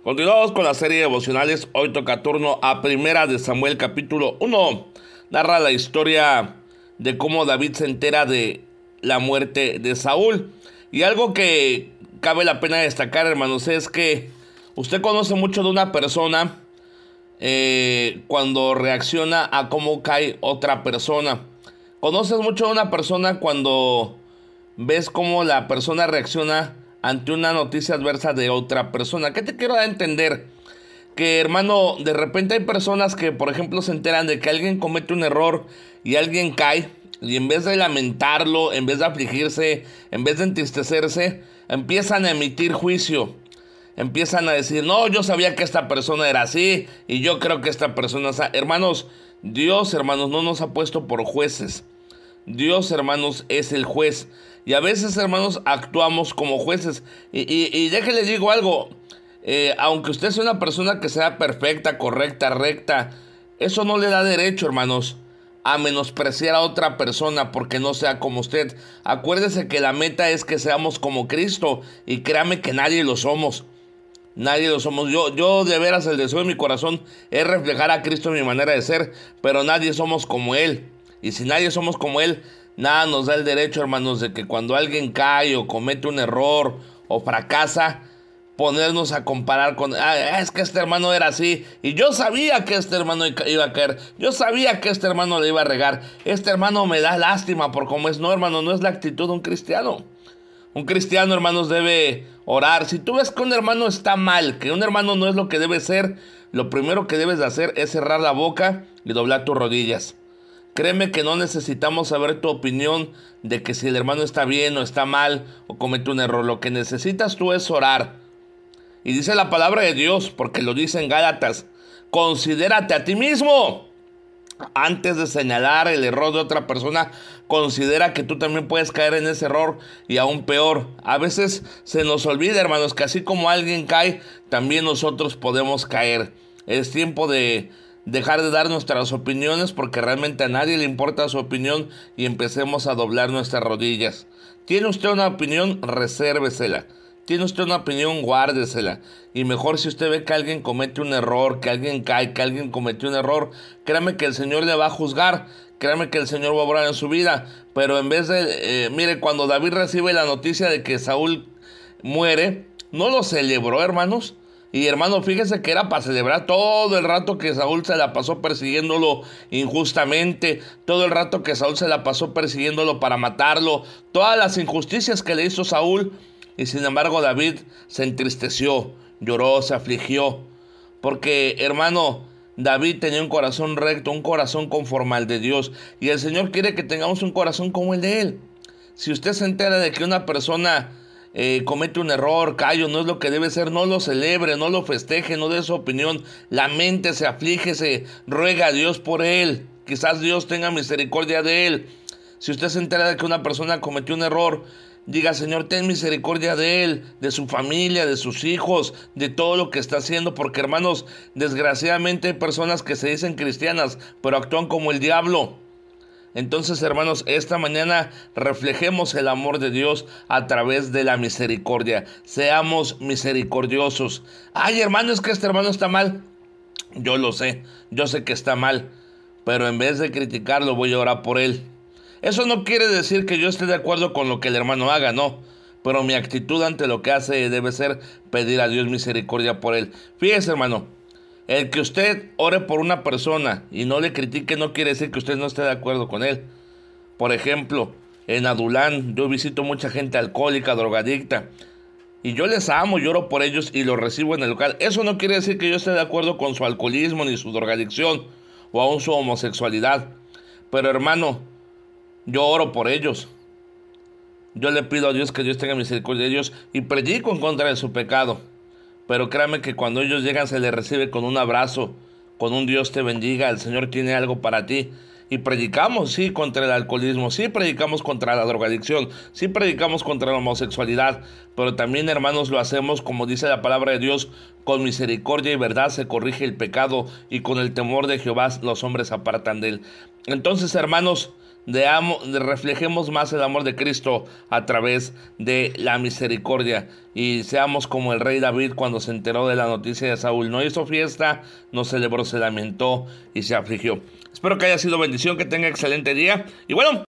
Continuamos con la serie de devocionales. Hoy toca turno a Primera de Samuel capítulo 1. Narra la historia de cómo David se entera de la muerte de Saúl. Y algo que cabe la pena destacar, hermanos, es que usted conoce mucho de una persona cuando reacciona a cómo cae otra persona. Conoces mucho de una persona cuando ves cómo la persona reacciona ante una noticia adversa de otra persona. ¿Qué te quiero dar a entender? Que, hermano, de repente hay personas que, por ejemplo, se enteran de que alguien comete un error y alguien cae, y en vez de lamentarlo, en vez de afligirse, en vez de entristecerse, empiezan a emitir juicio. Empiezan a decir, no, yo sabía que esta persona era así, y yo creo que esta persona es así. Hermanos, Dios, hermanos, no nos ha puesto por jueces. Dios, hermanos, es el juez. Y a veces, hermanos, actuamos como jueces. Y déjenle digo algo. Aunque usted sea una persona que sea perfecta, correcta, recta, eso no le da derecho, hermanos, a menospreciar a otra persona porque no sea como usted. Acuérdese que la meta es que seamos como Cristo. Y créame que nadie lo somos. Nadie lo somos. Yo de veras el deseo de mi corazón es reflejar a Cristo en mi manera de ser. Pero nadie somos como Él. Y si nadie somos como Él, nada nos da el derecho, hermanos, de que cuando alguien cae o comete un error o fracasa, ponernos a comparar con, es que este hermano era así, y yo sabía que este hermano iba a caer, yo sabía que este hermano le iba a regar, este hermano me da lástima por cómo es. No, hermano, no es la actitud de un cristiano. Un cristiano, hermanos, debe orar. Si tú ves que un hermano está mal, que un hermano no es lo que debe ser, lo primero que debes de hacer es cerrar la boca y doblar tus rodillas. Créeme que no necesitamos saber tu opinión de que si el hermano está bien o está mal o comete un error. Lo que necesitas tú es orar. Y dice la palabra de Dios, porque lo dice en Gálatas, considérate a ti mismo. Antes de señalar el error de otra persona, considera que tú también puedes caer en ese error y aún peor. A veces se nos olvida, hermanos, que así como alguien cae, también nosotros podemos caer. Es tiempo de dejar de dar nuestras opiniones porque realmente a nadie le importa su opinión y empecemos a doblar nuestras rodillas. ¿Tiene usted una opinión? Resérvesela. ¿Tiene usted una opinión? Guárdesela. Y mejor si usted ve que alguien comete un error, que alguien cae, que alguien cometió un error, créame que el Señor le va a juzgar, créame que el Señor va a obrar en su vida. Pero en vez de, mire, cuando David recibe la noticia de que Saúl muere, no lo celebró, hermanos. Y hermano, fíjese que era para celebrar todo el rato que Saúl se la pasó persiguiéndolo injustamente, todo el rato que Saúl se la pasó persiguiéndolo para matarlo, todas las injusticias que le hizo Saúl. Y sin embargo David se entristeció, lloró, se afligió. Porque, hermano, David tenía un corazón recto, un corazón conforme al de Dios. Y el Señor quiere que tengamos un corazón como el de Él. Si usted se entera de que una persona comete un error, callo, no es lo que debe ser, no lo celebre, no lo festeje, no dé su opinión, laméntese, aflíjese, ruega a Dios por él, quizás Dios tenga misericordia de él. Si usted se entera de que una persona cometió un error, diga, Señor, ten misericordia de él, de su familia, de sus hijos, de todo lo que está haciendo, porque, hermanos, desgraciadamente hay personas que se dicen cristianas, pero actúan como el diablo. Entonces, hermanos, esta mañana reflejemos el amor de Dios a través de la misericordia. Seamos misericordiosos. Ay, hermano, es que este hermano está mal. Yo lo sé, yo sé que está mal, pero en vez de criticarlo voy a orar por él. Eso no quiere decir que yo esté de acuerdo con lo que el hermano haga, no. Pero mi actitud ante lo que hace debe ser pedir a Dios misericordia por él. Fíjese, hermano. El que usted ore por una persona y no le critique no quiere decir que usted no esté de acuerdo con él. Por ejemplo, en Adulán yo visito mucha gente alcohólica, drogadicta, y yo les amo, lloro por ellos y los recibo en el local. Eso no quiere decir que yo esté de acuerdo con su alcoholismo ni su drogadicción o aún su homosexualidad. Pero, hermano, yo oro por ellos. Yo le pido a Dios que Dios tenga misericordia de ellos y predico en contra de su pecado. Pero créame que cuando ellos llegan se les recibe con un abrazo, con un Dios te bendiga, el Señor tiene algo para ti. Y predicamos, sí, contra el alcoholismo, sí predicamos contra la drogadicción, sí predicamos contra la homosexualidad, pero también, hermanos, lo hacemos, como dice la palabra de Dios, con misericordia y verdad se corrige el pecado y con el temor de Jehová los hombres apartan de él. Entonces, hermanos, reflejemos más el amor de Cristo a través de la misericordia y seamos como el rey David cuando se enteró de la noticia de Saúl. No hizo fiesta, no celebró, se lamentó y se afligió. Espero que haya sido bendición, que tenga excelente día. Y bueno,